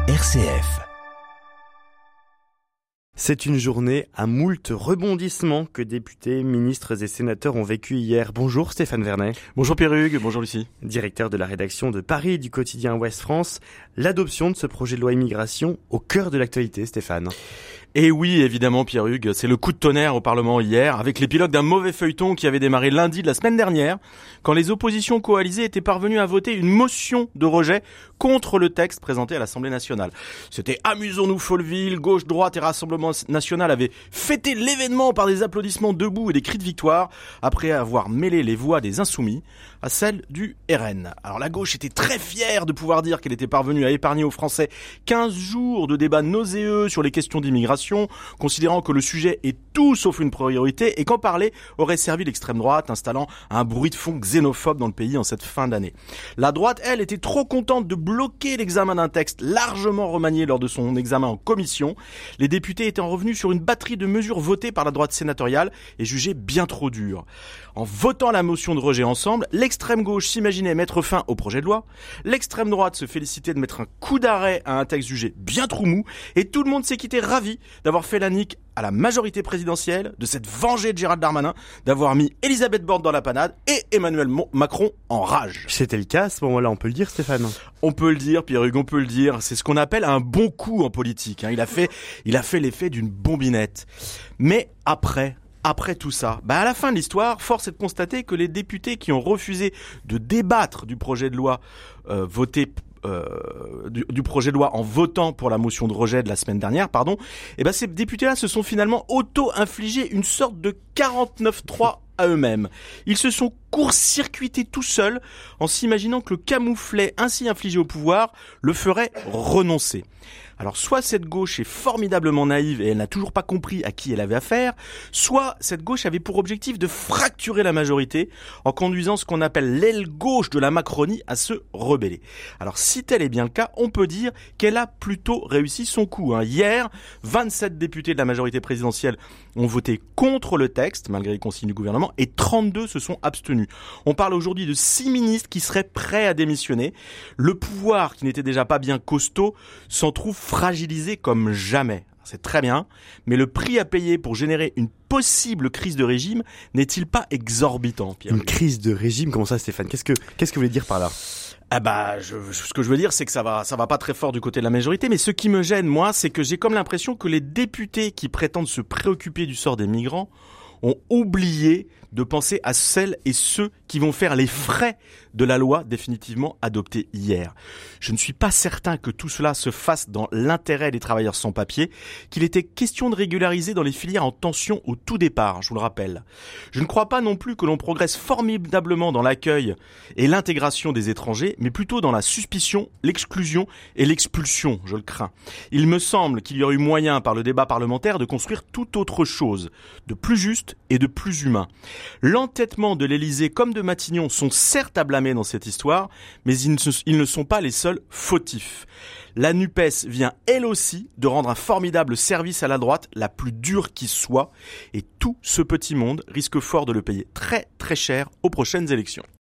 RCF. C'est une journée à moult rebondissements que députés, ministres et sénateurs ont vécu hier. Bonjour Stéphane Vernet. Bonjour Pierre-Hugues, bonjour Lucie. Directeur de la rédaction de Paris du quotidien Ouest France. L'adoption de ce projet de loi immigration au cœur de l'actualité, Stéphane. Et oui, évidemment Pierre-Hugues, c'est le coup de tonnerre au Parlement hier, avec l'épilogue d'un mauvais feuilleton qui avait démarré lundi de la semaine dernière, quand les oppositions coalisées étaient parvenues à voter une motion de rejet contre le texte présenté à l'Assemblée nationale. C'était Amusons-nous Folleville, gauche, droite et Rassemblement national avaient fêté l'événement par des applaudissements debout et des cris de victoire, après avoir mêlé les voix des Insoumis à celles du RN. Alors la gauche était très fière de pouvoir dire qu'elle était parvenue à épargner aux Français 15 jours de débats nauséeux sur les questions d'immigration, considérant que le sujet est tout sauf une priorité et qu'en parler aurait servi l'extrême droite, installant un bruit de fond xénophobe dans le pays en cette fin d'année. La droite, elle, était trop contente de bloquer l'examen d'un texte largement remanié lors de son examen en commission. Les députés étaient revenus sur une batterie de mesures votées par la droite sénatoriale et jugées bien trop dures. En votant la motion de rejet ensemble, l'extrême gauche s'imaginait mettre fin au projet de loi, l'extrême droite se félicitait de mettre un coup d'arrêt à un texte jugé bien trop mou, et tout le monde s'est quitté ravi d'avoir fait la nique à la majorité présidentielle, de s'être vengé de Gérald Darmanin, d'avoir mis Elisabeth Borne dans la panade et Emmanuel Macron en rage. C'était le cas à ce moment-là, on peut le dire Stéphane? On peut le dire Pierre-Hugues, on peut le dire, c'est ce qu'on appelle un bon coup en politique. Il a fait l'effet d'une bombinette. Mais après tout ça, à la fin de l'histoire, force est de constater que les députés qui ont refusé de débattre du projet de loi du projet de loi en votant pour la motion de rejet de la semaine dernière, ces députés-là se sont finalement auto-infligés une sorte de 49-3 à eux-mêmes. Ils se sont court-circuités tout seuls en s'imaginant que le camouflet ainsi infligé au pouvoir le ferait renoncer. Alors soit cette gauche est formidablement naïve et elle n'a toujours pas compris à qui elle avait affaire, soit cette gauche avait pour objectif de fracturer la majorité en conduisant ce qu'on appelle l'aile gauche de la Macronie à se rebeller. Alors si tel est bien le cas, on peut dire qu'elle a plutôt réussi son coup. Hier, 27 députés de la majorité présidentielle ont voté contre le texte, malgré les consignes du gouvernement, et 32 se sont abstenus. On parle aujourd'hui de 6 ministres qui seraient prêts à démissionner. Le pouvoir, qui n'était déjà pas bien costaud, s'en trouve fragilisé comme jamais. C'est très bien, mais le prix à payer pour générer une possible crise de régime n'est-il pas exorbitant, Pierre? Une crise de régime, comment ça Stéphane? Qu'est-ce que vous voulez dire par là? Ce que je veux dire, c'est que ça va pas très fort du côté de la majorité, mais ce qui me gêne, moi, c'est que j'ai comme l'impression que les députés qui prétendent se préoccuper du sort des migrants ont oublié de penser à celles et ceux qui vont faire les frais de la loi définitivement adoptée hier. Je ne suis pas certain que tout cela se fasse dans l'intérêt des travailleurs sans papier, qu'il était question de régulariser dans les filières en tension au tout départ, je vous le rappelle. Je ne crois pas non plus que l'on progresse formidablement dans l'accueil et l'intégration des étrangers, mais plutôt dans la suspicion, l'exclusion et l'expulsion, je le crains. Il me semble qu'il y aurait eu moyen par le débat parlementaire de construire tout autre chose, de plus juste et de plus humain. L'entêtement de l'Élysée comme de Matignon sont certes à blâmer dans cette histoire, mais ils ne sont pas les seuls fautifs. La NUPES vient elle aussi de rendre un formidable service à la droite, la plus dure qui soit, et tout ce petit monde risque fort de le payer très très cher aux prochaines élections.